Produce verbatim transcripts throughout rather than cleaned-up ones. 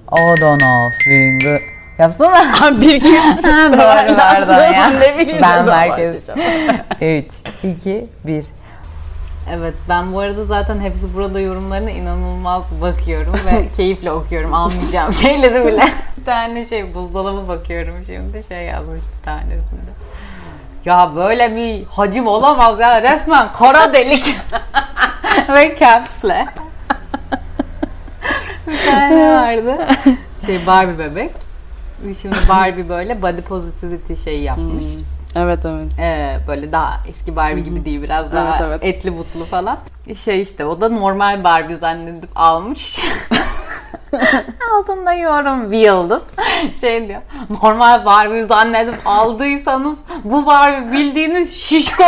Adana swing. Yapsana. Bir iki üç. Doğru pardon ya. Ne bileyim. Ben merkez. üç, iki, bir. Evet, ben bu arada zaten hepsi burada yorumlarına inanılmaz bakıyorum ve keyifle okuyorum. Almayacağım şeyleri bile. Bir tane şey buzdolabı bakıyorum şimdi, şey yazmış bir tanesinde. Ya böyle bir hacim olamaz ya, resmen kara delik. Ve caps'le. Bir tane vardı. Şey Barbie bebek. Şimdi Barbie böyle body positivity şey yapmış. Hmm. Evet evet. Ee, böyle daha eski Barbie gibi değil, biraz daha evet, evet. etli butlu falan. Şey işte o da normal Barbie zannedip almış. Altında yorum bir yıldız. Şey diyor. Normal Barbie zannedip aldıysanız bu Barbie bildiğiniz şişko.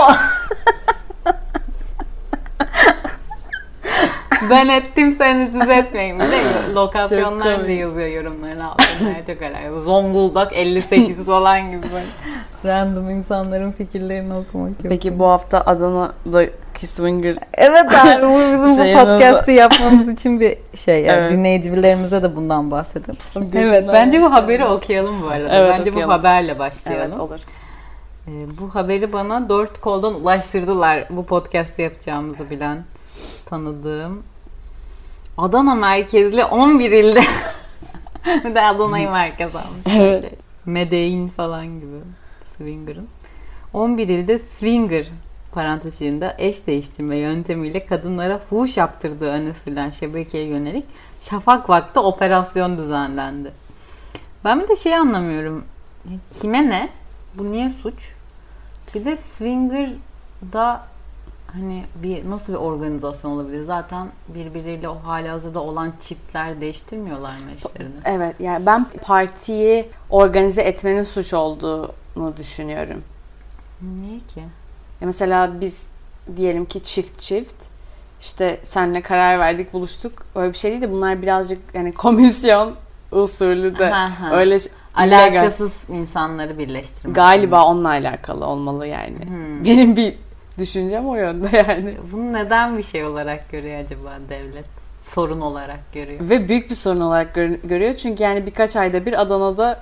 Ben ettim, seni siz etmeyin. Bir de lokasyonlar da yazıyor yorumların altında. Çok alakalı. Zonguldak elli sekiz falan gibi böyle. Random insanların fikirlerini okumak çok Peki iyi. bu hafta Adana'daki Swinger... Evet abi, bu bizim Şey, bu podcast'ı yapmamız için bir şey. Yani evet. Dinleyicilerimize de bundan bahsedelim. Evet, bence bu haberi okuyalım bu arada. Evet, bence okuyalım. bu haberle başlayalım. Evet, olur. Ee, bu haberi bana dört koldan ulaştırdılar. Bu podcast'ı yapacağımızı bilen, tanıdığım. Adana merkezli on bir ilde. Bir de Adana'yı merkez almış. Evet. Şey. Medellin falan gibi. Swinger'ın. on bir ilde swinger parantez içinde eş değiştirme yöntemiyle kadınlara fuhuş yaptırdığı öne sürülen şebekeye yönelik şafak vakti operasyon düzenlendi. Ben bir de şey anlamıyorum. Kime ne? Bu niye suç? Bir de swinger'da hani bir nasıl bir organizasyon olabilir? Zaten birbiriyle o halihazırda olan çiftler değiştirmiyorlar mı eşlerini? Evet, yani ben partiyi organize etmenin suç olduğunu düşünüyorum. Niye ki? Ya mesela biz diyelim ki çift çift işte seninle karar verdik, buluştuk. Öyle bir şey değil de bunlar birazcık yani komisyon usulü de öyle alakasız insanları birleştirmek. Galiba onunla alakalı olmalı yani. Hmm. Benim bir düşüncem o yönde yani. Bunu neden bir şey olarak görüyor acaba devlet? Sorun olarak görüyor. Ve büyük bir sorun olarak gör- görüyor. Çünkü yani birkaç ayda bir Adana'da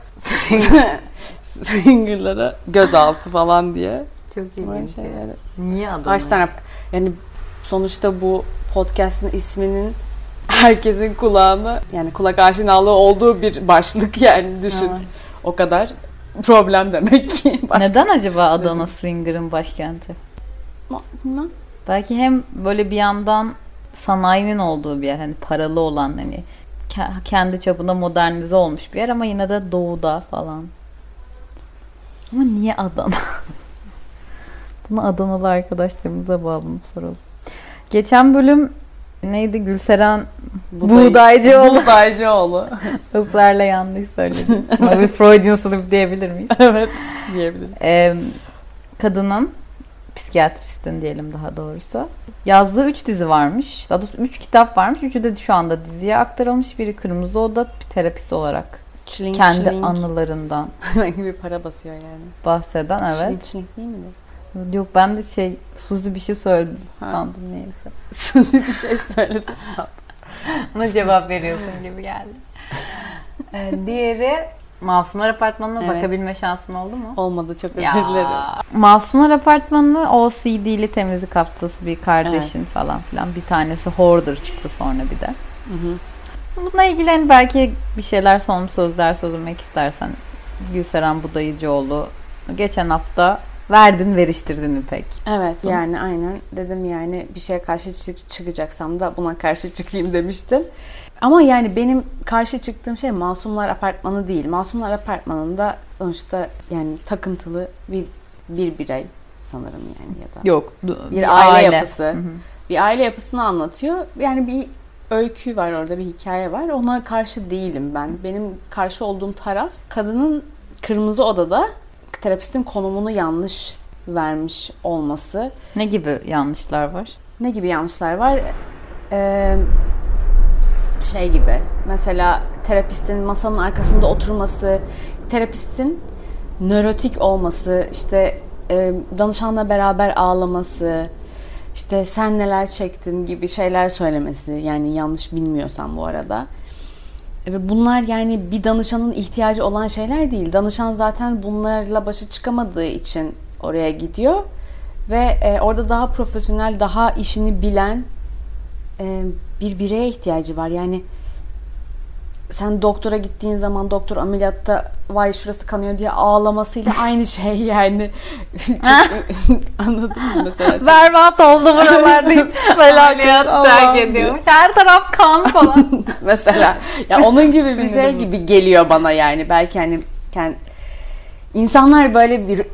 swinger'lara gözaltı falan diye. Çok ilginç. Şey yani. Niye Adana? Kaç tane yani sonuçta bu podcast'ın isminin herkesin kulağına yani kulak aşinalığı olduğu bir başlık yani düşün. Evet. O kadar problem demek ki. Başka. Neden acaba Adana swinger'ın başkenti? Bilmem. Belki hem böyle bir yandan sanayinin olduğu bir yer, hani paralı olan, hani kendi çapında modernize olmuş bir yer ama yine de doğuda falan. Ama niye Adana? Bunu Adanalı arkadaşlarımıza bağlanıp soralım. Geçen bölüm neydi? Gülseren Buğday, Buğdaycıoğlu. Buğdaycıoğlu. Israrla yanlış söyledim. Ama bir Freudian slip diyebilir miyiz? Evet, diyebiliriz. Ee, kadının, psikiyatristin diyelim daha doğrusu, yazdığı üç dizi varmış. Daha doğrusu üç kitap varmış. Üçü de şu anda diziye aktarılmış. Biri Kırmızı Oda, bir terapist olarak çilink, kendi çilink. anılarından gibi para basıyor yani. Bahseden, evet. Çilink çilink değil midir? Yok, ben de şey Suzi bir şey söyledi sandım, neyse. Suzi bir şey söyledi sandım. Ona cevap veriyorsun gibi geldi. Ee, diğeri Masumlar Apartmanı'na evet. Bakabilme şansın oldu mu? Olmadı, çok özür dilerim. Masumlar Apartmanı O C D'li temizlik haftası bir kardeşin evet. falan filan. Bir tanesi Hoarder çıktı sonra bir de. Hı hı. Bununla ilgili hani belki bir şeyler, son sözler söylemek istersen Gülseren Buğdaycıoğlu geçen hafta verdin veriştirdin İpek. Evet yani aynen dedim yani bir şeye karşı çık- çıkacaksam da buna karşı çıkayım demiştim. Ama yani benim karşı çıktığım şey Masumlar Apartmanı değil. Masumlar Apartmanı'nda sonuçta yani takıntılı bir bir birey sanırım yani ya da. Yok. Bir, bir aile, aile yapısı. Hı hı. Bir aile yapısını anlatıyor. Yani bir öykü var orada, bir hikaye var. Ona karşı değilim ben. Benim karşı olduğum taraf kadının Kırmızı Oda'da terapistin konumunu yanlış vermiş olması. Ne gibi yanlışlar var? Ne gibi yanlışlar var? Ee, şey gibi. Mesela terapistin masanın arkasında oturması, terapistin nörotik olması, işte e, danışanla beraber ağlaması, işte sen neler çektin gibi şeyler söylemesi. Yani yanlış bilmiyorsam bu arada. Ve bunlar yani bir danışanın ihtiyacı olan şeyler değil. Danışan zaten bunlarla başa çıkamadığı için oraya gidiyor. Ve e, orada daha profesyonel, daha işini bilen e, bir bireye ihtiyacı var. Yani sen doktora gittiğin zaman doktor ameliyatta vay şurası kanıyor diye ağlamasıyla aynı şey yani. Çok, anladın mı mesela? Berbat oldu buralar deyip ameliyat terk ediyormuş. Her taraf kan falan. Mesela ya onun gibi bir şey gibi geliyor bana yani. Belki hani kendi, insanlar böyle bir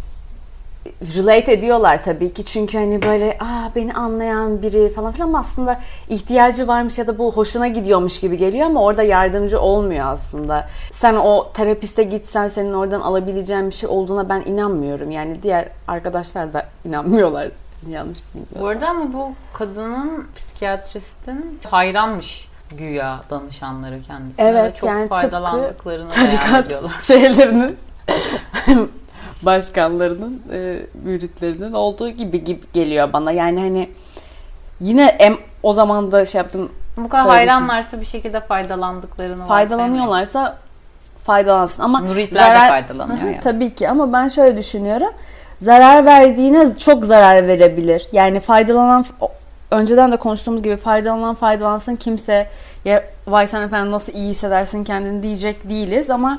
relate ediyorlar tabii ki. Çünkü hani böyle aa beni anlayan biri falan filan ama aslında ihtiyacı varmış ya da bu hoşuna gidiyormuş gibi geliyor ama orada yardımcı olmuyor aslında. Sen o terapiste gitsen senin oradan alabileceğin bir şey olduğuna ben inanmıyorum. Yani diğer arkadaşlar da inanmıyorlar. Yanlış bilmiyorsam. Bu arada ama bu kadının psikiyatristin hayranmış güya danışanları kendisine. Evet, çok yani faydalandıklarını tarikat ediyorlar. şeylerinin başkanlarının, e, müritlerinin olduğu gibi, gibi geliyor bana. Yani hani yine em, o zaman da şey yaptım. Bu kadar hayranlarsa bir şekilde faydalandıklarını faydalanıyorlarsa faydalansın ama müritler zarar, de faydalanıyor yani. Tabii ki ama ben şöyle düşünüyorum. Zarar verdiğine çok zarar verebilir. Yani faydalanan, önceden de konuştuğumuz gibi faydalanan faydalansın, kimse ya vay sen efendim nasıl iyi hissedersin kendini diyecek değiliz ama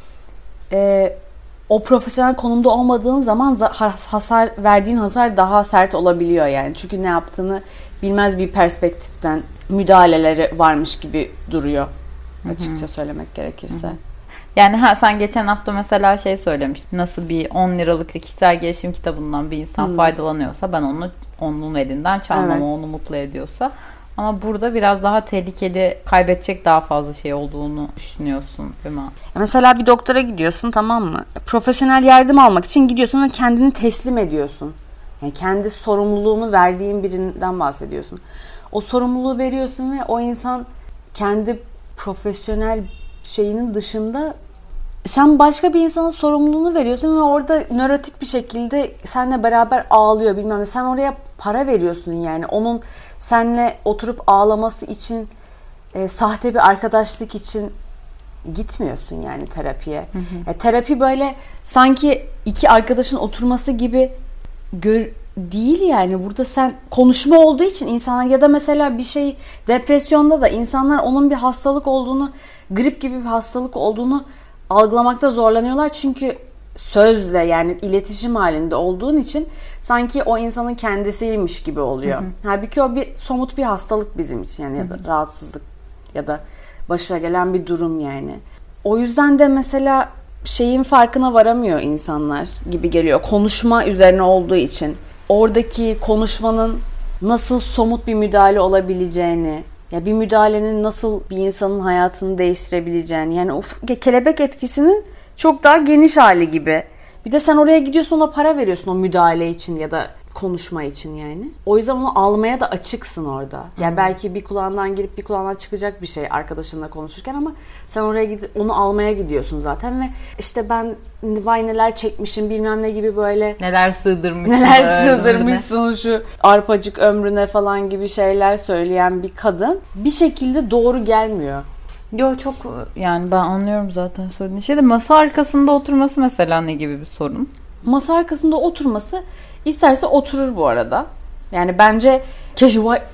e, o profesyonel konumda olmadığın zaman hasar verdiğin hasar daha sert olabiliyor yani. Çünkü ne yaptığını bilmez bir perspektiften müdahaleleri varmış gibi duruyor. Açıkça Hı-hı. söylemek gerekirse. Hı-hı. Yani ha sen geçen hafta mesela şey söylemiştin. Nasıl bir on liralık kişisel gelişim kitabından bir insan hmm. faydalanıyorsa ben onu onun elinden çalmam, evet. onu mutlu ediyorsa. Ama burada biraz daha tehlikeli, kaybedecek daha fazla şey olduğunu düşünüyorsun değil mi? Mesela bir doktora gidiyorsun, tamam mı? Profesyonel yardım almak için gidiyorsun ve kendini teslim ediyorsun. Yani kendi sorumluluğunu verdiğin birinden bahsediyorsun. O sorumluluğu veriyorsun ve o insan kendi profesyonel şeyinin dışında sen başka bir insanın sorumluluğunu veriyorsun ve orada nörotik bir şekilde seninle beraber ağlıyor bilmem ne. Sen oraya para veriyorsun yani. Onun seninle oturup ağlaması için, e, sahte bir arkadaşlık için gitmiyorsun yani terapiye. Hı hı. E, terapi böyle sanki iki arkadaşın oturması gibi gör, değil yani. Burada sen konuşma olduğu için insanlar ya da mesela bir şey depresyonda da insanlar onun bir hastalık olduğunu, grip gibi bir hastalık olduğunu algılamakta zorlanıyorlar. Çünkü sözle yani iletişim halinde olduğun için sanki o insanın kendisiymiş gibi oluyor. Hı hı. Halbuki o bir somut bir hastalık bizim için yani, ya da rahatsızlık ya da başına gelen bir durum yani. O yüzden de mesela şeyin farkına varamıyor insanlar gibi geliyor. Konuşma üzerine olduğu için. Oradaki konuşmanın nasıl somut bir müdahale olabileceğini, ya bir müdahalenin nasıl bir insanın hayatını değiştirebileceğini, yani o kelebek etkisinin çok daha geniş hali gibi. Bir de sen oraya gidiyorsun, ona para veriyorsun o müdahale için ya da konuşma için yani. O yüzden onu almaya da açıksın orada. Yani hmm. belki bir kulağından girip bir kulağından çıkacak bir şey arkadaşınla konuşurken ama sen oraya gidip onu almaya gidiyorsun zaten ve işte ben vay neler çekmişim bilmem ne gibi böyle neler sığdırmışsın neler sığdırmışsın şu arpacık ömrüne falan gibi şeyler söyleyen bir kadın bir şekilde doğru gelmiyor. Yo çok yani ben anlıyorum zaten sorduğun şey de masa arkasında oturması mesela ne gibi bir sorun? Masa arkasında oturması isterse oturur bu arada. Yani bence keşke vay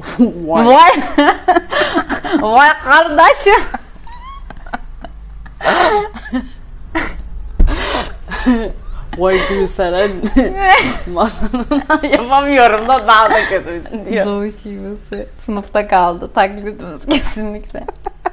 vay vay, vay kardeşim. Vay Gülseren masanın yapamıyorum da daha da kötü diyor. Doğu şivesi sınıfta kaldı. Taklidimiz kesinlikle.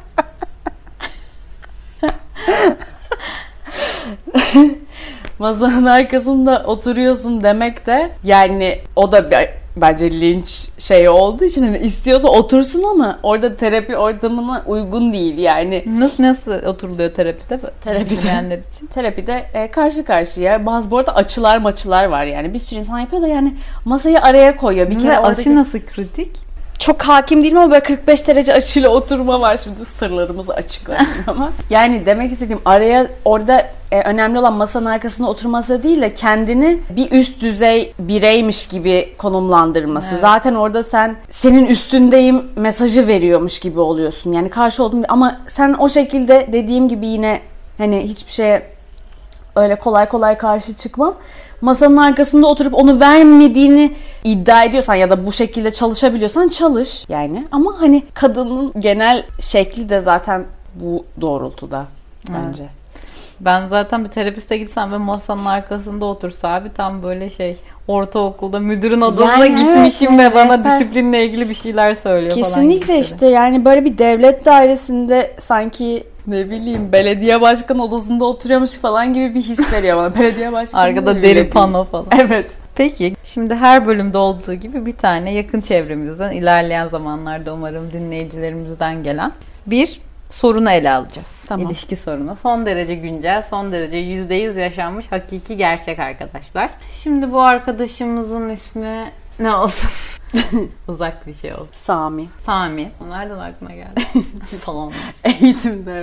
Masanın arkasında oturuyorsun demek de yani o da bir, bence linç şey olduğu için hani istiyorsa otursun ama orada terapi ortamına uygun değil yani. Nasıl nasıl oturuluyor terapide? Terapide için. Terapide e, karşı karşıya bazı bu arada açılar maçılar var yani bir sürü insan yapıyor da yani masayı araya koyuyor. Bir Ve kere açı oradaki... nasıl kritik? çok hakim değilim ama böyle kırk beş derece açıyla oturma var. Şimdi sırlarımızı açıklayayım ama. Yani demek istediğim araya orada e, önemli olan masanın arkasında oturması değil de kendini bir üst düzey bireymiş gibi konumlandırması. Evet. Zaten orada sen senin üstündeyim mesajı veriyormuş gibi oluyorsun. Yani karşı oldum ama sen o şekilde dediğim gibi yine hani hiçbir şeye öyle kolay kolay karşı çıkmam. Masanın arkasında oturup onu vermediğini iddia ediyorsan ya da bu şekilde çalışabiliyorsan çalış yani. Ama hani kadının genel şekli de zaten bu doğrultuda bence. Evet. Ben zaten bir terapiste gitsem ve masanın arkasında otursa abi tam böyle şey ortaokulda müdürün odasına yani gitmişim evet, ve bana evet, disiplinle ilgili bir şeyler söylüyor kesinlikle falan. Kesinlikle işte yani böyle bir devlet dairesinde sanki ne bileyim belediye başkan odasında oturuyormuş falan gibi bir his veriyor bana. Belediye başkanı arkada deri pano falan. Evet. Peki şimdi her bölümde olduğu gibi bir tane yakın çevremizden ilerleyen zamanlarda umarım dinleyicilerimizden gelen bir sorunu ele alacağız. Tamam. İlişki sorunu. Son derece güncel, son derece yüzde yüz yaşanmış hakiki gerçek arkadaşlar. Şimdi bu arkadaşımızın ismi ne olsun? Uzak bir şey oldu. Sami. Sami. Nereden aklına geldi? Sami. Eğitimde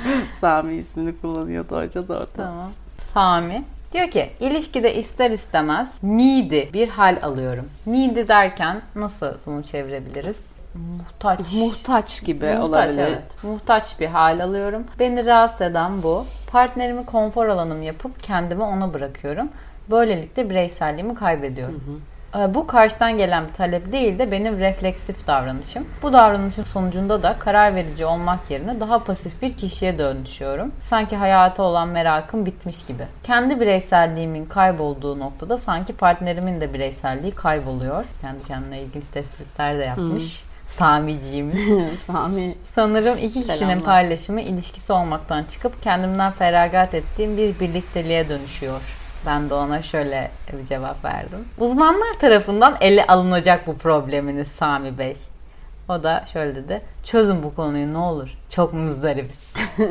Sami ismini kullanıyordu hoca da orada. Tamam. Sami. Diyor ki ilişkide ister istemez needy bir hal alıyorum. Needy derken nasıl bunu çevirebiliriz? Muhtaç. Muhtaç gibi Muhtaç, olabilir. Evet. Muhtaç bir hal alıyorum. Beni rahatsız eden bu. Partnerimi konfor alanım yapıp kendimi ona bırakıyorum. Böylelikle bireyselliğimi kaybediyorum. Hı hı. Bu karşıdan gelen bir talep değil de benim refleksif davranışım. Bu davranışın sonucunda da karar verici olmak yerine daha pasif bir kişiye dönüşüyorum. Sanki hayata olan merakım bitmiş gibi. Kendi bireyselliğimin kaybolduğu noktada sanki partnerimin de bireyselliği kayboluyor. Kendi kendine ilginç tespitler de yapmış. Hmm. Samiciğimiz. Sami. Sanırım iki kişinin Selamlar. Paylaşımı ilişkisi olmaktan çıkıp kendimden feragat ettiğim bir birlikteliğe dönüşüyor. Ben de ona şöyle bir cevap verdim. Uzmanlar tarafından ele alınacak bu probleminiz Sami Bey. O da şöyle dedi. Çözün bu konuyu ne olur. Çok muzdaribiz.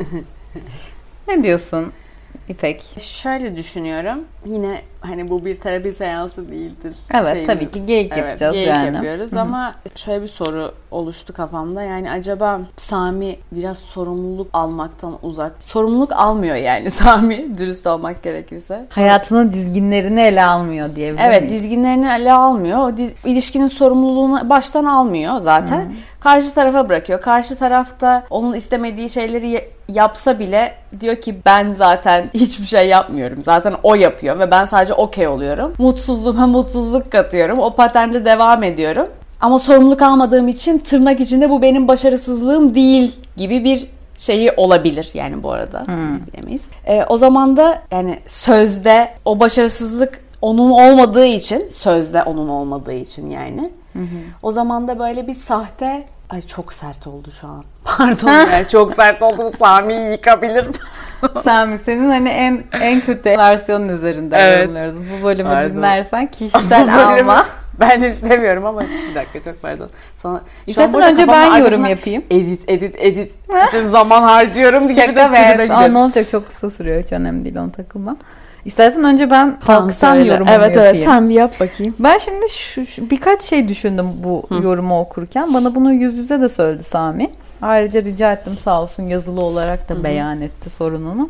Ne diyorsun İpek? Şöyle düşünüyorum. Yine hani bu bir terapi seansı değildir. Evet şey tabii ki geyik evet, yapacağız geyik yani. yapıyoruz Hı-hı. ama şöyle bir soru oluştu kafamda. Yani acaba Sami biraz sorumluluk almaktan uzak. Sorumluluk almıyor yani Sami dürüst olmak gerekirse. Hayatının dizginlerini ele almıyor diyebilir Evet miyiz? dizginlerini ele almıyor. O diz, ilişkinin sorumluluğunu baştan almıyor zaten. Hı-hı. Karşı tarafa bırakıyor. Karşı tarafta onun istemediği şeyleri yapsa bile diyor ki ben zaten hiçbir şey yapmıyorum. Zaten o yapıyor ve ben sadece okey oluyorum. Mutsuzluğuma mutsuzluk katıyorum. O paternde devam ediyorum. Ama sorumluluk almadığım için tırnak içinde bu benim başarısızlığım değil gibi bir şeyi olabilir yani bu arada. Hmm. Bilemeyiz. Ee, o zaman da yani sözde o başarısızlık onun olmadığı için, sözde onun olmadığı için yani. Hı hı. O zaman da böyle bir sahte. Ay çok sert oldu şu an. Pardon yani çok sert oldu. Sami'yi yıkabilirim. Sami senin hani en en kötü versiyonun üzerinde evet. yorumluyoruz. Bu bölümü pardon. Dinlersen kişisel alma. Ben istemiyorum ama bir dakika çok pardon. Sana İstersen önce ben yorum yapayım. Edit edit edit için zaman harcıyorum gibi de ve Aa, ne olacak çok kısa sürüyor. Hiç önemli değil ona takılma. İstersen önce ben halktan yorumumu evet, yapayım. Evet evet sen bir yap bakayım. Ben şimdi şu, şu birkaç şey düşündüm bu Hı. yorumu okurken. Bana bunu yüz yüze de söyledi Sami. Ayrıca rica ettim sağ olsun yazılı olarak da Hı. beyan etti sorununu.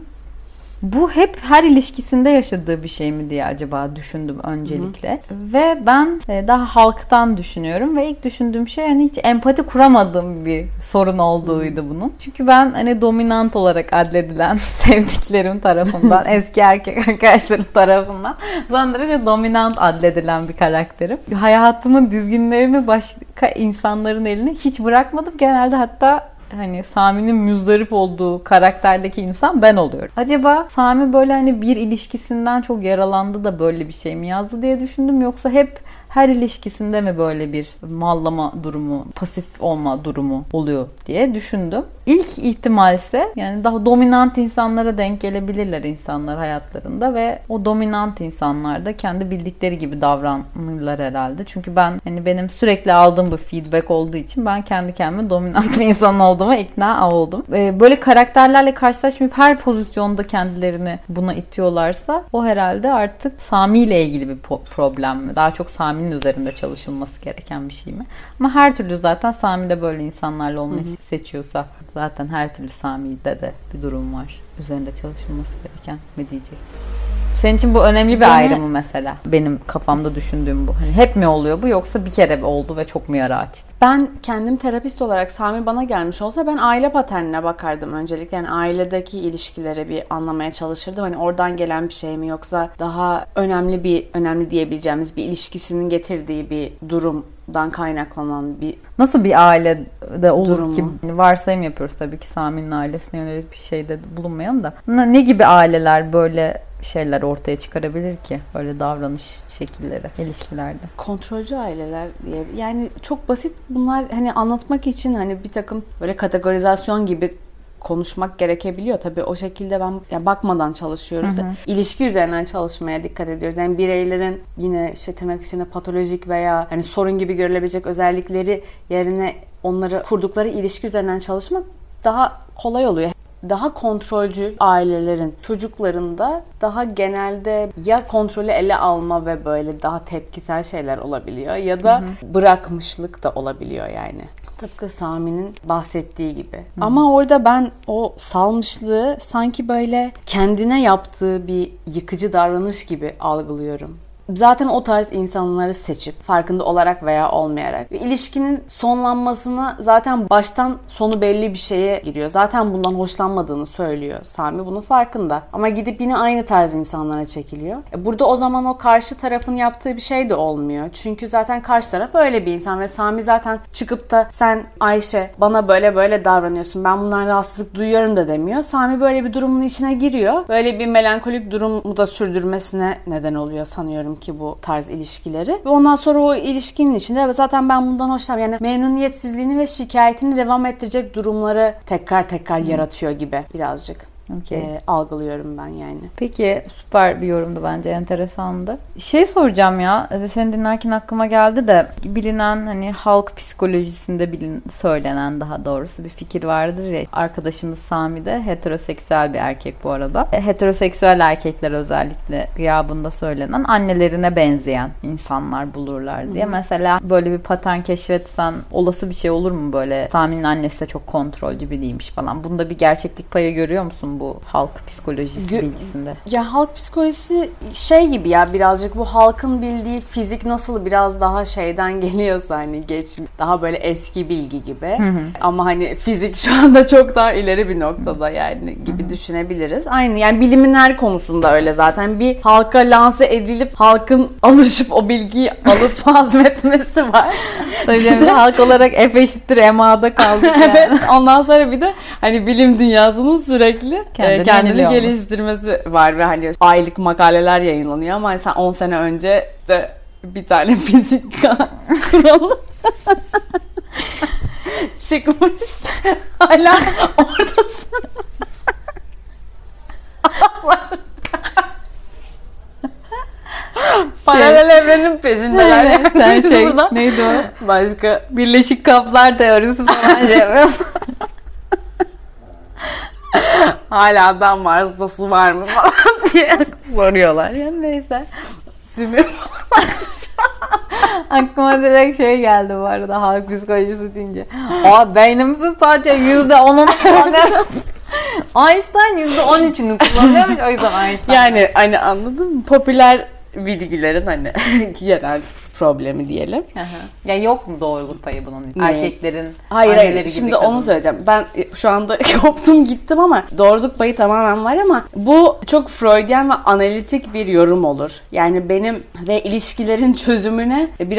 Bu hep her ilişkisinde yaşadığı bir şey mi diye acaba düşündüm öncelikle. Hı hı. Ve ben daha halktan düşünüyorum ve ilk düşündüğüm şey hani hiç empati kuramadığım bir sorun olduğuydu hı. bunun. Çünkü ben hani dominant olarak adledilen sevdiklerim tarafından, eski erkek arkadaşlarım tarafından son derece dominant adledilen bir karakterim. Hayatımın dizginlerini başka insanların eline hiç bırakmadım. Genelde hatta hani Sami'nin müzdarip olduğu karakterdeki insan ben oluyorum. Acaba Sami böyle hani bir ilişkisinden çok yaralandı da böyle bir şey mi yazdı diye düşündüm. Yoksa hep her ilişkisinde mi böyle bir mallama durumu, pasif olma durumu oluyor diye düşündüm. ilk ihtimalse yani daha dominant insanlara denk gelebilirler insanlar hayatlarında ve o dominant insanlar da kendi bildikleri gibi davranırlar herhalde. Çünkü ben hani benim sürekli aldığım bu feedback olduğu için ben kendi kendime dominant bir insan olduğuma ikna oldum. Ee, böyle karakterlerle karşılaşmayıp her pozisyonda kendilerini buna itiyorlarsa o herhalde artık Sami ile ilgili bir problem mi? Daha çok Sami'nin üzerinde çalışılması gereken bir şey mi? Ama her türlü zaten Sami de böyle insanlarla olmayı Hı-hı. seçiyorsa zaten her türlü Sami'de de bir durum var. Üzerinde çalışılması gereken mi diyeceksin? Senin için bu önemli bir Beni, ayrım mı mesela? Benim kafamda düşündüğüm bu. Hani hep mi oluyor bu yoksa bir kere oldu ve çok mu yara açtı? Ben kendim terapist olarak Sami bana gelmiş olsa ben aile paternine bakardım öncelikle. Yani ailedeki ilişkileri bir anlamaya çalışırdım. Hani oradan gelen bir şey mi yoksa daha önemli bir önemli diyebileceğimiz bir ilişkisinin getirdiği bir durumdan kaynaklanan bir nasıl bir ailede olur durumu. Ki? Varsayım yapıyoruz tabii ki Sami'nin ailesine yönelik bir şeyde bulunmayalım da. Ne gibi aileler böyle şeyler ortaya çıkarabilir ki? Böyle davranış şekilleri ilişkilerde. Kontrolcü aileler diye. Yani çok basit bunlar hani anlatmak için hani bir takım böyle kategorizasyon gibi konuşmak gerekebiliyor. Tabii o şekilde ben yani bakmadan çalışıyoruz. Hı hı. İlişki üzerinden çalışmaya dikkat ediyoruz. Yani bireylerin yine işte tırnak içinde patolojik veya hani sorun gibi görülebilecek özellikleri yerine onları kurdukları ilişki üzerinden çalışmak daha kolay oluyor. Daha kontrolcü ailelerin çocuklarında daha genelde ya kontrolü ele alma ve böyle daha tepkisel şeyler olabiliyor ya da hı hı. bırakmışlık da olabiliyor yani. Tıpkı Sami'nin bahsettiği gibi. Hı. Ama orada ben o salmışlığı sanki böyle kendine yaptığı bir yıkıcı davranış gibi algılıyorum. Zaten o tarz insanları seçip farkında olarak veya olmayarak ve ilişkinin sonlanmasına zaten baştan sonu belli bir şeye giriyor. Zaten bundan hoşlanmadığını söylüyor Sami, bunun farkında. Ama gidip yine aynı tarz insanlara çekiliyor. Burada o zaman o karşı tarafın yaptığı bir şey de olmuyor. Çünkü zaten karşı taraf öyle bir insan ve Sami zaten çıkıp da sen Ayşe bana böyle böyle davranıyorsun, ben bundan rahatsızlık duyuyorum da demiyor. Sami böyle bir durumun içine giriyor. Böyle bir melankolik durumu da sürdürmesine neden oluyor sanıyorum ki bu tarz ilişkileri. Ve ondan sonra o ilişkinin içinde zaten ben bundan hoşlanmıyorum. Yani memnuniyetsizliğini ve şikayetini devam ettirecek durumları tekrar tekrar hmm. yaratıyor gibi birazcık. Okay. E, algılıyorum ben yani. Peki süper bir yorumdu bence, enteresandı. Şey soracağım ya, seni dinlerken aklıma geldi de bilinen hani halk psikolojisinde bilin, söylenen daha doğrusu bir fikir vardır ya, arkadaşımız Sami de heteroseksüel bir erkek bu arada. Heteroseksüel erkekler özellikle gıyabında söylenen annelerine benzeyen insanlar bulurlar diye. Hı. Mesela böyle bir patern keşfetsen olası bir şey olur mu böyle? Sami'nin annesi de çok kontrolcü biriymiş falan. Bunda bir gerçeklik payı görüyor musun bu halk psikolojisi Gö- bilgisinde? Ya halk psikolojisi şey gibi ya, birazcık bu halkın bildiği fizik nasıl biraz daha şeyden geliyorsa hani geç daha böyle eski bilgi gibi. Hı hı. Ama hani fizik şu anda çok daha ileri bir noktada yani gibi hı hı. düşünebiliriz. Aynı yani bilimin her konusunda öyle zaten. Bir halka lanse edilip halkın alışıp o bilgiyi alıp hazmetmesi var. Tabii halk olarak F eşittir M A'da kaldık yani. Evet. Ondan sonra bir de hani bilim dünyasının sürekli kendini, kendini geliştirmesi var ve hani aylık makaleler yayınlanıyor ama sen on sene önce işte bir tane fizik kuralı çıkmış. Hala oradasın. Paralel şey, evrenin peşindeler. Yani. Sen şey burada. Neydi o? Başka birleşik kaplar teorisi falan şey yapıyorum. Hala ben Mars'ta su var mı falan diye soruyorlar. Yani neyse. Sümü aklıma direkt şey geldi bu arada halk psikolojisi deyince. Aa, beynimizin sadece yüzde onunu kullanıyoruz. Einstein yüzde on üçünü kullanıyormuş, o yüzden Einstein. Yani hani anladın mı? Popüler bilgilerin hani yerel problemi diyelim. Aha. Ya yok mu doğruluk payı bunun? Ne? Erkeklerin hayır hayır şimdi onu söyleyeceğim. Ben şu anda koptum gittim ama doğruluk payı tamamen var ama bu çok Freudian ve analitik bir yorum olur. Yani benim ve ilişkilerin çözümüne biraz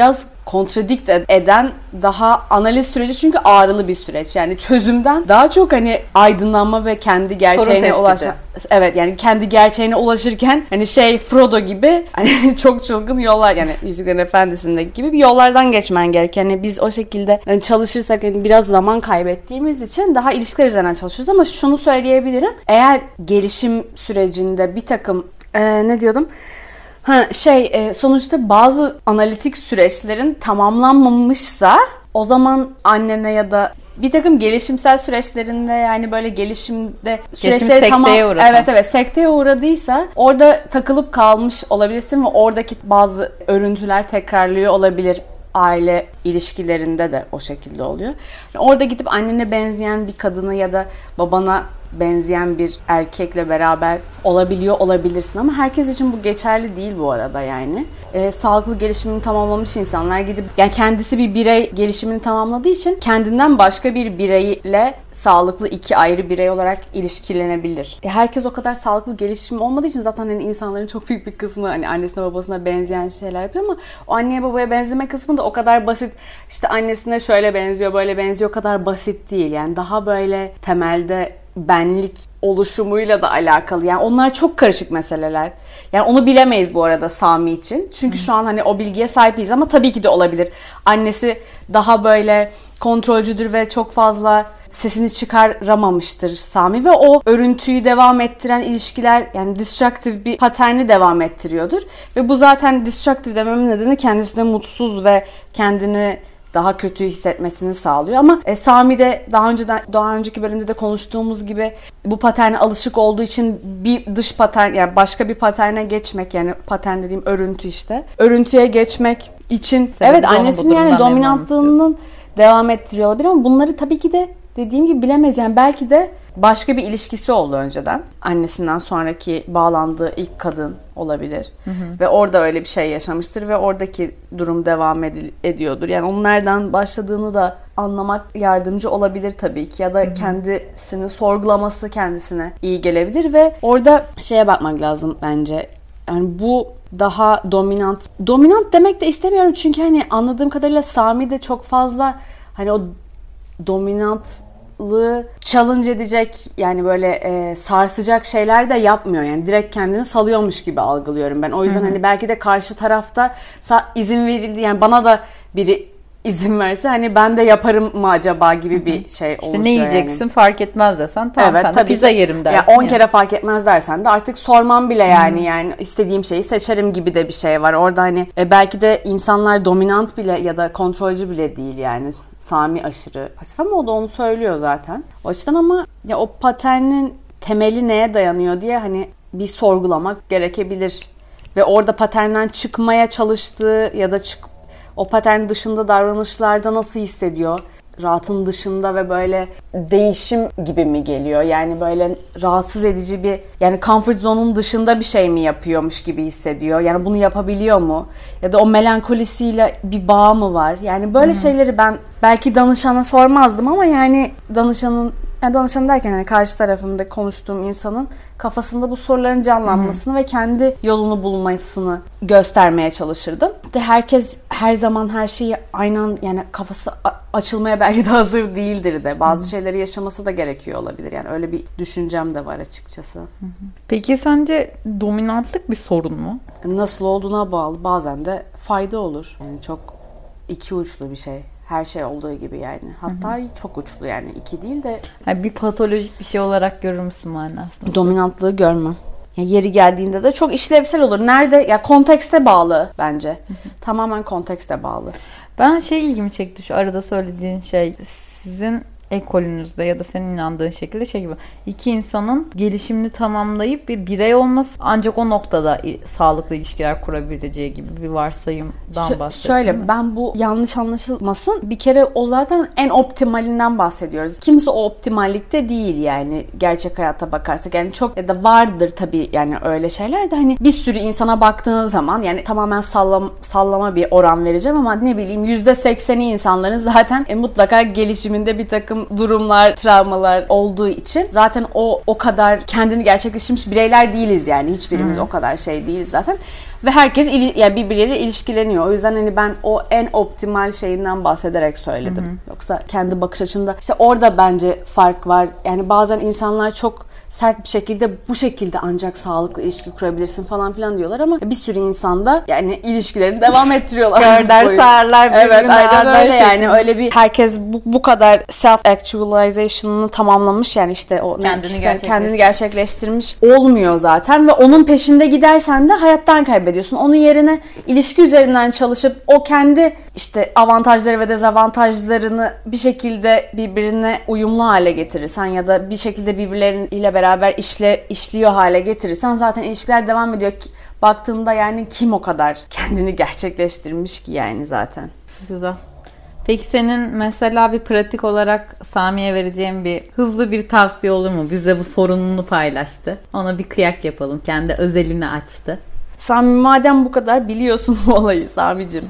kontradikt eden daha analiz süreci, çünkü ağrılı bir süreç. Yani çözümden daha çok hani aydınlanma ve kendi gerçeğine ulaşma. Evet, yani kendi gerçeğine ulaşırken hani şey Frodo gibi hani çok çılgın yollar, yani Yüzüklerin Efendisi'ndeki gibi bir yollardan geçmen gerek. Yani biz o şekilde yani çalışırsak hani biraz zaman kaybettiğimiz için daha ilişkiler üzerinden çalışıyoruz, ama şunu söyleyebilirim. Eğer gelişim sürecinde bir takım ee, ne diyordum? Ha, şey e, sonuçta bazı analitik süreçlerin tamamlanmamışsa o zaman annene ya da bir takım gelişimsel süreçlerinde, yani böyle gelişimde süreçleri tamam, evet evet sekteye uğradıysa orada takılıp kalmış olabilirsin ve oradaki bazı örüntüler tekrarlıyor olabilir. Aile ilişkilerinde de o şekilde oluyor. Yani orada gidip annene benzeyen bir kadını ya da babana benzeyen bir erkekle beraber olabiliyor olabilirsin, ama herkes için bu geçerli değil bu arada yani. E, sağlıklı gelişimini tamamlamış insanlar gidip, yani kendisi bir birey gelişimini tamamladığı için kendinden başka bir bireyle sağlıklı iki ayrı birey olarak ilişkilenebilir. E, herkes o kadar sağlıklı gelişim olmadığı için zaten hani insanların çok büyük bir kısmı hani annesine babasına benzeyen şeyler yapıyor, ama o anneye babaya benzeme kısmı da o kadar basit, işte annesine şöyle benziyor böyle benziyor, o kadar basit değil. Yani daha böyle temelde benlik oluşumuyla da alakalı. Yani onlar çok karışık meseleler. Yani onu bilemeyiz bu arada Sami için. Çünkü şu an hani o bilgiye sahibiz, ama tabii ki de olabilir. Annesi daha böyle kontrolcüdür ve çok fazla sesini çıkaramamıştır Sami ve o örüntüyü devam ettiren ilişkiler, yani destructive bir paterni devam ettiriyordur. Ve bu zaten destructive dememin nedeni kendisine mutsuz ve kendini daha kötü hissetmesini sağlıyor. Ama e, Sami de daha önceden daha önceki bölümde de konuştuğumuz gibi bu paterne alışık olduğu için bir dış patern, yani başka bir paterne geçmek, yani patern dediğim örüntü işte. Örüntüye geçmek için Sebebi evet annesinin yani dominantlığının devam ettiriyor olabilir, ama bunları tabii ki de dediğim gibi bilemeyiz. Yani belki de başka bir ilişkisi oldu önceden. Annesinden sonraki bağlandığı ilk kadın olabilir. Hı hı. Ve orada öyle bir şey yaşamıştır ve oradaki durum devam ed- ediyordur. Yani onun nereden başladığını da anlamak yardımcı olabilir tabii ki. Ya da hı hı. kendisini sorgulaması kendisine iyi gelebilir ve orada şeye bakmak lazım bence. Yani bu daha dominant. Dominant demek de istemiyorum çünkü hani anladığım kadarıyla Sami de çok fazla hani o dominantlığı challenge edecek, yani böyle e, sarsacak şeyler de yapmıyor. Yani direkt kendini salıyormuş gibi algılıyorum ben. O yüzden hı hı. hani belki de karşı tarafta izin verildi, yani bana da biri izin verse hani ben de yaparım mı acaba gibi hı hı. bir şey işte oluşuyor. İşte ne yiyeceksin yani. Fark etmez desen tamam evet, sen de pizza yerim dersin. Yani on yani. kere fark etmez dersen de artık sormam bile yani. Hı. Yani istediğim şeyi seçerim gibi de bir şey var. Orada hani e, belki de insanlar dominant bile ya da kontrolcü bile değil yani. Sami aşırı pasif, ama o da onu söylüyor zaten. O açıdan ama ya o paternin temeli neye dayanıyor diye hani bir sorgulamak gerekebilir. Ve orada paternden çıkmaya çalıştığı ya da çık, o patern dışında davranışlarda nasıl hissediyor? Rahatın dışında ve böyle değişim gibi mi geliyor? Yani böyle rahatsız edici bir, yani comfort zone'un dışında bir şey mi yapıyormuş gibi hissediyor? Yani bunu yapabiliyor mu? Ya da o melankolisiyle bir bağ mı var? Yani böyle Hı-hı. şeyleri ben belki danışana sormazdım, ama yani danışanın, yani danışan derken hani karşı tarafımda konuştuğum insanın kafasında bu soruların canlanmasını Hı-hı. ve kendi yolunu bulmasını göstermeye çalışırdım. De herkes her zaman her şeyi aynı an, yani kafası açılmaya belki de hazır değildir de. Bazı Hı-hı. şeyleri yaşaması da gerekiyor olabilir. Yani öyle bir düşüncem de var açıkçası. Hı-hı. Peki sence dominantlık bir sorun mu? Nasıl olduğuna bağlı. Bazen de fayda olur. Yani çok iki uçlu bir şey. Her şey olduğu gibi yani. Hatta hı hı. çok uçlu yani. İki değil de. Yani bir patolojik bir şey olarak görür müsün manasında? Dominantlığı görmem. Yani yeri geldiğinde de çok işlevsel olur. Nerede? Ya kontekste bağlı bence. Hı hı. Tamamen kontekste bağlı. Ben şey ilgimi çekti şu arada söylediğin şey. Sizin ekolünüzde ya da senin inandığın şekilde şey gibi. İki insanın gelişimini tamamlayıp bir birey olması ancak o noktada sağlıklı ilişkiler kurabileceği gibi bir varsayımdan Ş- bahsettim. Şöyle ben bu yanlış anlaşılmasın. Bir kere o zaten en optimalinden bahsediyoruz. Kimse o optimallikte değil yani gerçek hayata bakarsak. Yani çok ya da vardır tabii yani öyle şeyler de hani bir sürü insana baktığın zaman yani tamamen sallam, sallama bir oran vereceğim ama ne bileyim yüzde sekseni insanların zaten e, mutlaka gelişiminde bir takım durumlar, travmalar olduğu için zaten o o kadar kendini gerçekleştirmiş bireyler değiliz yani. Hiçbirimiz hmm. o kadar şey değiliz zaten. ve herkes ili- yani birbirleriyle ilişkileniyor. O yüzden hani ben o en optimal şeyinden bahsederek söyledim. Hı hı. Yoksa kendi bakış açımda işte orada bence fark var. Yani bazen insanlar çok sert bir şekilde bu şekilde ancak sağlıklı ilişki kurabilirsin falan filan diyorlar ama bir sürü insanda yani ilişkilerini devam ettiriyorlar. Görder sağırlar birbirine. Evet, aynen öyle yani öyle bir herkes bu, bu kadar self actualization'ını tamamlamış yani işte o kendini, kişisel, gerçekleştir. kendini gerçekleştirmiş olmuyor zaten ve onun peşinde gidersen de hayattan kaybediyorsun. Onun yerine ilişki üzerinden çalışıp o kendi işte avantajları ve dezavantajlarını bir şekilde birbirine uyumlu hale getirirsen ya da bir şekilde birbirleriyle beraber işle işliyor hale getirirsen zaten ilişkiler devam ediyor. Baktığında yani kim o kadar kendini gerçekleştirmiş ki yani zaten. Güzel. Peki senin mesela bir pratik olarak Sami'ye vereceğin bir hızlı bir tavsiye olur mu? Bize bu sorununu paylaştı. Ona bir kıyak yapalım. Kendi özelini açtı. Sami madem bu kadar biliyorsun bu olayı Sami'cim.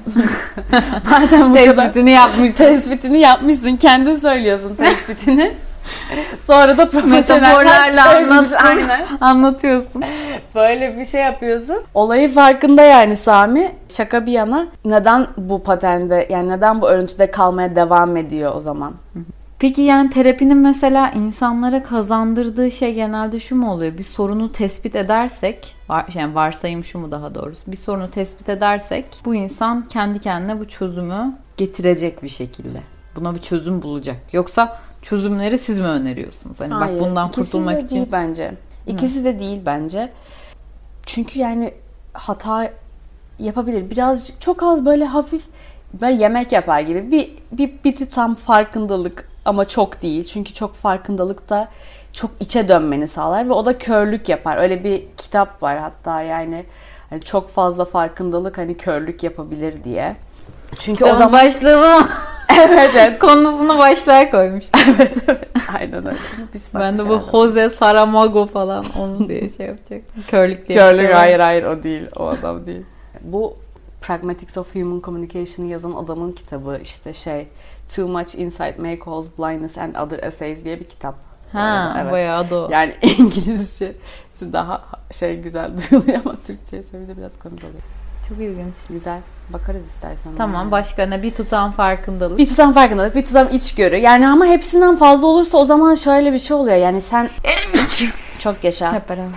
Madem bu tespitini kadar yapmışsın. Tespitini yapmışsın. Kendin söylüyorsun tespitini. Sonra da metaforlarla anlat, aynen. anlatıyorsun. Böyle bir şey yapıyorsun. Olayı farkında yani Sami. Şaka bir yana neden bu paternde yani neden bu örüntüde kalmaya devam ediyor o zaman? Peki yani terapinin mesela insanlara kazandırdığı şey genelde şu mu oluyor? Bir sorunu tespit edersek, var, yani varsayım şu mu daha doğrusu? Bir sorunu tespit edersek bu insan kendi kendine bu çözümü getirecek bir şekilde. Buna bir çözüm bulacak. Yoksa çözümleri siz mi öneriyorsunuz? Hani Hayır, bak bundan ikisi kurtulmak de için. Değil bence. İkisi Hı. de değil bence. Çünkü yani hata yapabilir. Birazcık çok az böyle hafif böyle yemek yapar gibi bir bir, bir tutam farkındalık ama çok değil. Çünkü çok farkındalık da çok içe dönmeni sağlar ve o da körlük yapar. Öyle bir kitap var hatta yani hani çok fazla farkındalık hani körlük yapabilir diye. Çünkü Kitabın o zaman başlığımı evet, evet. konusunu başlığa koymuştum. evet, evet. Aynen öyle. Biz ben de bu Jose Saramago falan onu diye şey yapacak. Körlük diye. Körlük hayır hayır o değil. O adam değil. Bu Pragmatics of Human Communication'ı yazan adamın kitabı işte şey Too Much Insight May Cause Blindness and Other Essays diye bir kitap. Ha, evet. Bayağı da o. Yani İngilizcesi daha şey güzel duyuluyor ama Türkçe'ye söyleyince biraz komik oluyor. Çok ilginç. Güzel. Bakarız istersen. Tamam. Yani. Başka ne? Bir tutam farkındalık. Bir tutam farkındalık, bir tutam içgörü. Yani ama hepsinden fazla olursa o zaman şöyle bir şey oluyor. Yani sen çok yaşa. Hep beraber.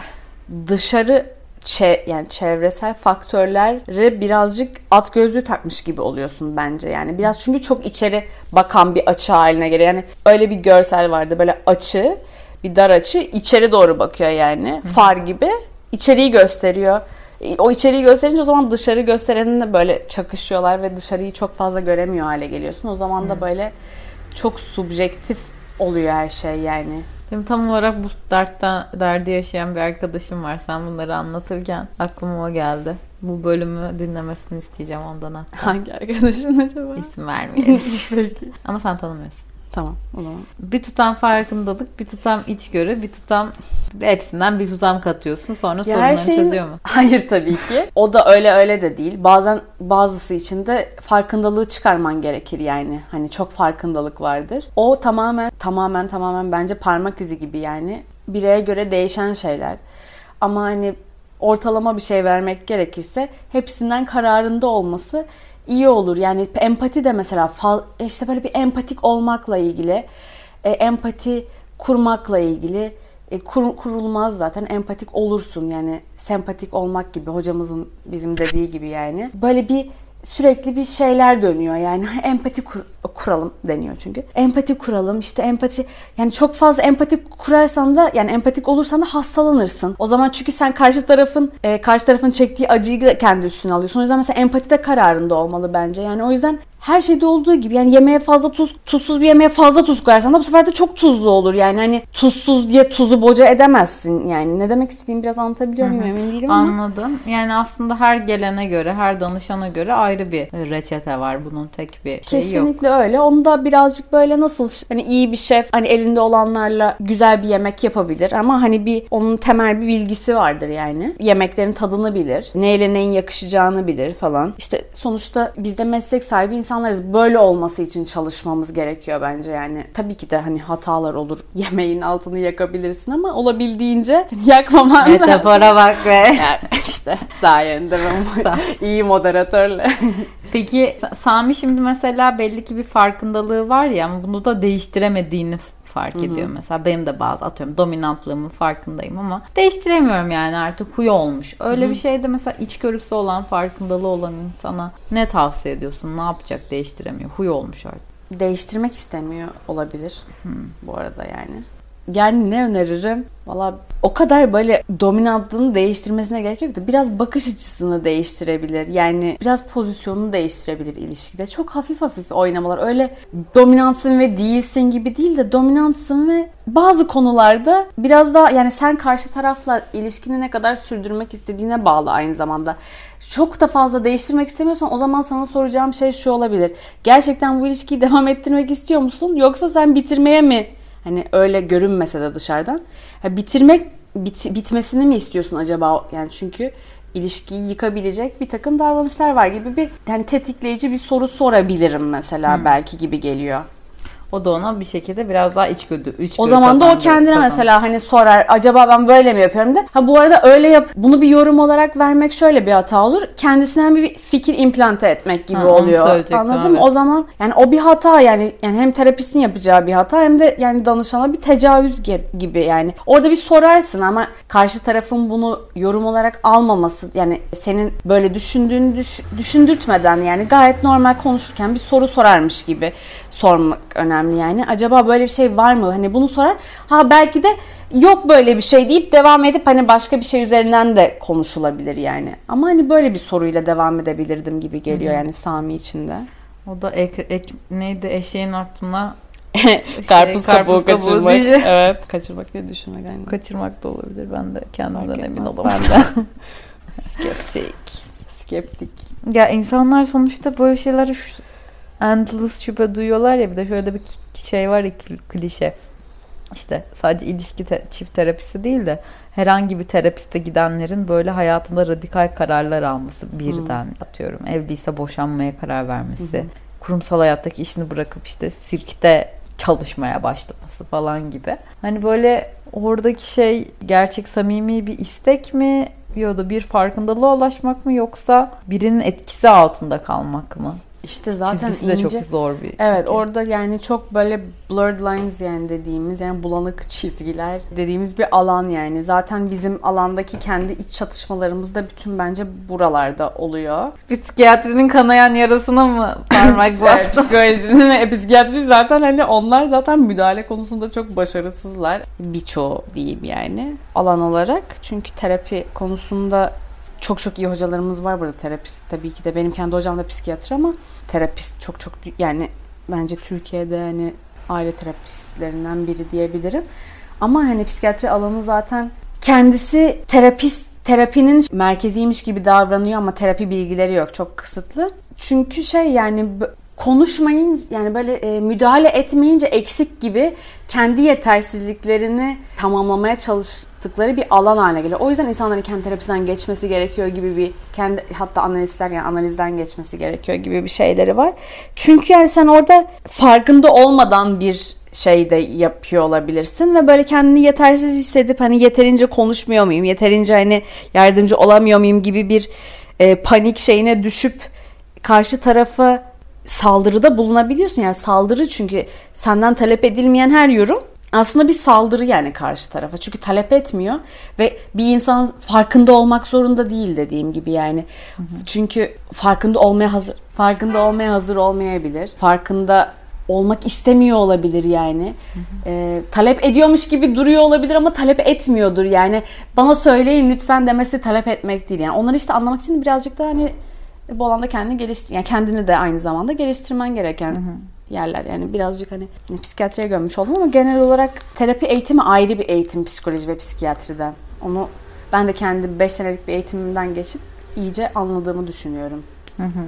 Dışarı çe- yani çevresel faktörlere birazcık at gözlüğü takmış gibi oluyorsun bence. Yani biraz çünkü çok içeri bakan bir açı haline geliyor. Yani öyle bir görsel vardı. Böyle açı, bir dar açı içeri doğru bakıyor yani. Far gibi. İçeriği gösteriyor. O içeriği gösterince o zaman dışarı gösterenle böyle çakışıyorlar ve dışarıyı çok fazla göremiyor hale geliyorsun. O zaman da hmm. böyle çok subjektif oluyor her şey yani. Benim tam olarak bu dertten, derdi yaşayan bir arkadaşım var. Sen bunları anlatırken aklıma o geldi. Bu bölümü dinlemesini isteyeceğim ondan hatta. Hangi arkadaşın acaba? İsim vermeyelim. Peki. Ama sen tanımıyorsun. Tamam o zaman. Bir tutam farkındalık, bir tutam içgörü, bir tutam hepsinden bir tutam katıyorsun. Sonra sorunları şeyin... çözüyor mu? Hayır tabii ki. O da öyle öyle de değil. Bazen bazısı için de farkındalığı çıkarman gerekir yani. Hani çok farkındalık vardır. O tamamen tamamen tamamen bence parmak izi gibi yani. Bireye göre değişen şeyler. Ama hani ortalama bir şey vermek gerekirse hepsinden kararında olması iyi olur. Yani empati de mesela işte böyle bir empatik olmakla ilgili, e, empati kurmakla ilgili e, kur, kurulmaz zaten. Empatik olursun yani sempatik olmak gibi hocamızın bizim dediği gibi yani. Böyle bir sürekli bir şeyler dönüyor yani empati kur, kuralım deniyor çünkü. Empati kuralım işte empati yani çok fazla empati kurarsan da yani empatik olursan da hastalanırsın. O zaman çünkü sen karşı tarafın e, karşı tarafın çektiği acıyı da kendi üstüne alıyorsun. O yüzden mesela empati de kararında olmalı bence. Yani o yüzden her şeyde olduğu gibi yani yemeğe fazla tuz, tuzsuz bir yemeğe fazla tuz koyarsan da bu sefer de çok tuzlu olur. Yani hani tuzsuz diye tuzu boca edemezsin. Yani ne demek istediğimi biraz anlatabiliyor muyum emin değilim ama. Anladım. Yani aslında her gelene göre, her danışana göre ayrı bir reçete var. Bunun tek bir şeyi Kesinlikle yok. Kesinlikle öyle. Onu da birazcık böyle nasıl hani iyi bir şef hani elinde olanlarla güzel bir yemek yapabilir ama hani bir onun temel bir bilgisi vardır yani. Yemeklerin tadını bilir. Neyle neyin yakışacağını bilir falan. İşte sonuçta biz de meslek sahibi insanlarız. Böyle olması için çalışmamız gerekiyor bence yani. Tabii ki de hani hatalar olur. Yemeğin altını yakabilirsin ama olabildiğince yakmaman lazım. Metafora bak be. Yani işte sayende ben iyi moderatörle. Peki Sami şimdi mesela belli ki bir farkındalığı var ya ama bunu da değiştiremediğini fark ediyor. Hı hı. Mesela benim de bazı atıyorum dominantlığımın farkındayım ama değiştiremiyorum yani artık huy olmuş. Öyle Hı-hı. bir şeyde mesela içgörüsü olan, farkındalığı olan insana ne tavsiye ediyorsun? Ne yapacak değiştiremiyor? Huy olmuş artık. Değiştirmek istemiyor olabilir. Hı. Bu arada yani. Yani ne öneririm? Valla o kadar böyle dominantlığını değiştirmesine gerek yok da biraz bakış açısını değiştirebilir. Yani biraz pozisyonunu değiştirebilir ilişkide. Çok hafif hafif oynamalar. Öyle dominantsın ve değilsin gibi değil de dominantsın ve bazı konularda biraz daha yani sen karşı tarafla ilişkini ne kadar sürdürmek istediğine bağlı aynı zamanda. Çok da fazla değiştirmek istemiyorsan o zaman sana soracağım şey şu olabilir. Gerçekten bu ilişkiyi devam ettirmek istiyor musun? Yoksa sen bitirmeye mi? Hani öyle görünmese de dışarıdan. Ha, bitirmek, bit, bitmesini mi istiyorsun acaba? Yani çünkü ilişkiyi yıkabilecek bir takım davranışlar var gibi bir yani tetikleyici bir soru sorabilirim mesela hmm. belki gibi geliyor. O da ona bir şekilde biraz daha içgörü. içgörü o zaman da o kendine kazandı. Mesela hani sorar acaba ben böyle mi yapıyorum de. Ha bu arada öyle yap. Bunu bir yorum olarak vermek şöyle bir hata olur. Kendisinden bir fikir implante etmek gibi ha, oluyor. Anladın mı? O zaman yani o bir hata yani yani hem terapistin yapacağı bir hata hem de yani danışana bir tecavüz gibi yani. Orada bir sorarsın ama karşı tarafın bunu yorum olarak almaması yani senin böyle düşündüğünü düş, düşündürtmeden yani gayet normal konuşurken bir soru sorarmış gibi sormak önemli yani. Acaba böyle bir şey var mı? Hani bunu sorar. Ha belki de yok böyle bir şey deyip devam edip hani başka bir şey üzerinden de konuşulabilir yani. Ama hani böyle bir soruyla devam edebilirdim gibi geliyor Hı-hı. yani Sami için de. O da ek, ek, neydi eşeğin aklına karpuz şey, kabuğu kaçırmak. Evet. Kaçırmak diye düşünmek aynı. Kaçırmak da olabilir. Ben de kendimden emin olamadım. Ben de. Skeptik. Skeptik. Ya insanlar sonuçta böyle şeyler endless şüphe duyuyorlar ya bir de şöyle bir şey var ya klişe işte sadece ilişki te- çift terapisi değil de herhangi bir terapiste gidenlerin böyle hayatında radikal kararlar alması birden hmm. atıyorum evliyse boşanmaya karar vermesi hmm. kurumsal hayattaki işini bırakıp işte sirkte çalışmaya başlaması falan gibi hani böyle oradaki şey gerçek samimi bir istek mi ya da bir farkındalığa ulaşmak mı yoksa birinin etkisi altında kalmak mı? İşte zaten çizgisi ince, de çok zor bir evet çizgi. Orada yani çok böyle blurred lines yani dediğimiz yani bulanık çizgiler dediğimiz bir alan yani. Zaten bizim alandaki kendi iç çatışmalarımız da bütün bence buralarda oluyor. Psikiyatrinin kanayan yarasına mı parmak bastı? Psikolojinin ve psikiyatri zaten hani onlar zaten müdahale konusunda çok başarısızlar. Birçoğu diyeyim yani alan olarak. Çünkü terapi konusunda çok çok iyi hocalarımız var burada terapist tabii ki de. Benim kendi hocam da psikiyatr ama terapist çok çok yani bence Türkiye'de hani aile terapistlerinden biri diyebilirim. Ama hani psikiyatri alanı zaten kendisi terapist terapinin merkeziymiş gibi davranıyor ama terapi bilgileri yok. Çok kısıtlı. Çünkü şey yani konuşmayınca yani böyle e, müdahale etmeyince eksik gibi kendi yetersizliklerini tamamlamaya çalıştıkları bir alan haline geliyor. O yüzden insanların kendi terapisinden geçmesi gerekiyor gibi bir kendi hatta analistler yani analizden geçmesi gerekiyor gibi bir şeyleri var. Çünkü yani sen orada farkında olmadan bir şey de yapıyor olabilirsin ve böyle kendini yetersiz hissedip hani yeterince konuşmuyor muyum, yeterince hani yardımcı olamıyor muyum gibi bir e, panik şeyine düşüp karşı tarafı saldırıda bulunabiliyorsun. Yani saldırı çünkü senden talep edilmeyen her yorum aslında bir saldırı yani karşı tarafa. Çünkü talep etmiyor ve bir insan farkında olmak zorunda değil dediğim gibi yani. Hı hı. Çünkü farkında olmaya hazır farkında olmaya hazır olmayabilir. Farkında olmak istemiyor olabilir yani. Hı hı. E, talep ediyormuş gibi duruyor olabilir ama talep etmiyordur yani. Bana söyleyin lütfen demesi talep etmek değil yani. Onları işte anlamak için birazcık da hani bu alanda kendini geliştir, yani kendini de aynı zamanda geliştirmen gereken hı hı. yerler. Yani birazcık hani psikiyatriye gömmüş oldum ama genel olarak terapi eğitimi ayrı bir eğitim psikoloji ve psikiyatriden. Onu ben de kendi beş senelik bir eğitimimden geçip iyice anladığımı düşünüyorum. Hı hı.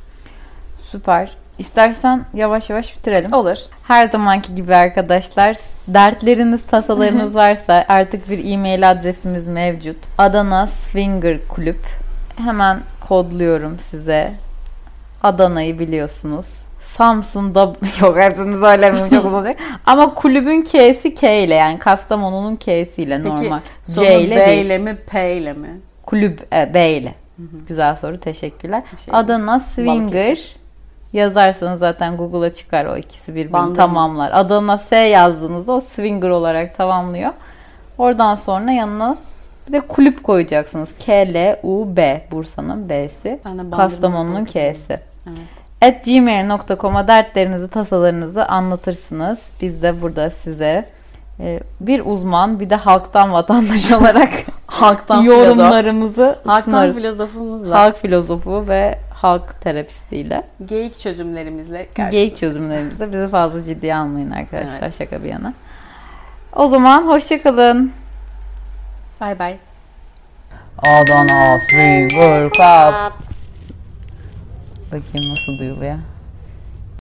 Süper. İstersen yavaş yavaş bitirelim. Olur. Her zamanki gibi arkadaşlar dertleriniz, tasalarınız varsa artık bir e-mail adresimiz mevcut. Adana Swinger Kulüp. Hemen kodluyorum size. Adana'yı biliyorsunuz. Samsun'da yok hepsini söylemeyeyim çok uzun olacak. Ama kulübün K'si K ile yani Kastamonu'nun K'si ile normal. Peki sonu C ile B değil. ile mi P ile mi? Kulüp e, B ile. Hı hı. Güzel soru, teşekkürler. Şey Adana Swinger yazarsanız zaten Google'a çıkar, o ikisi birbirini Bandı tamamlar. Adana S yazdığınızda o Swinger olarak tamamlıyor. Oradan sonra yanına bir de kulüp koyacaksınız. K L U B, Bursa'nın B'si. Kastamonu'nun K'si. Evet. at gmail nokta com'a dertlerinizi, tasalarınızı anlatırsınız. Biz de burada size bir uzman, bir de halktan vatandaş olarak halktan yorumlarımızı halktan filozofumuzla, halk filozofu ve halk terapistiyle, geyik çözümlerimizle karşınızda. Geyik çözümlerimizle bizi fazla ciddiye almayın arkadaşlar. Evet. Şaka bir yana. O zaman hoşçakalın. Bay bay. Adana Swinger Cup. Bakayım nasıl duyuluyor.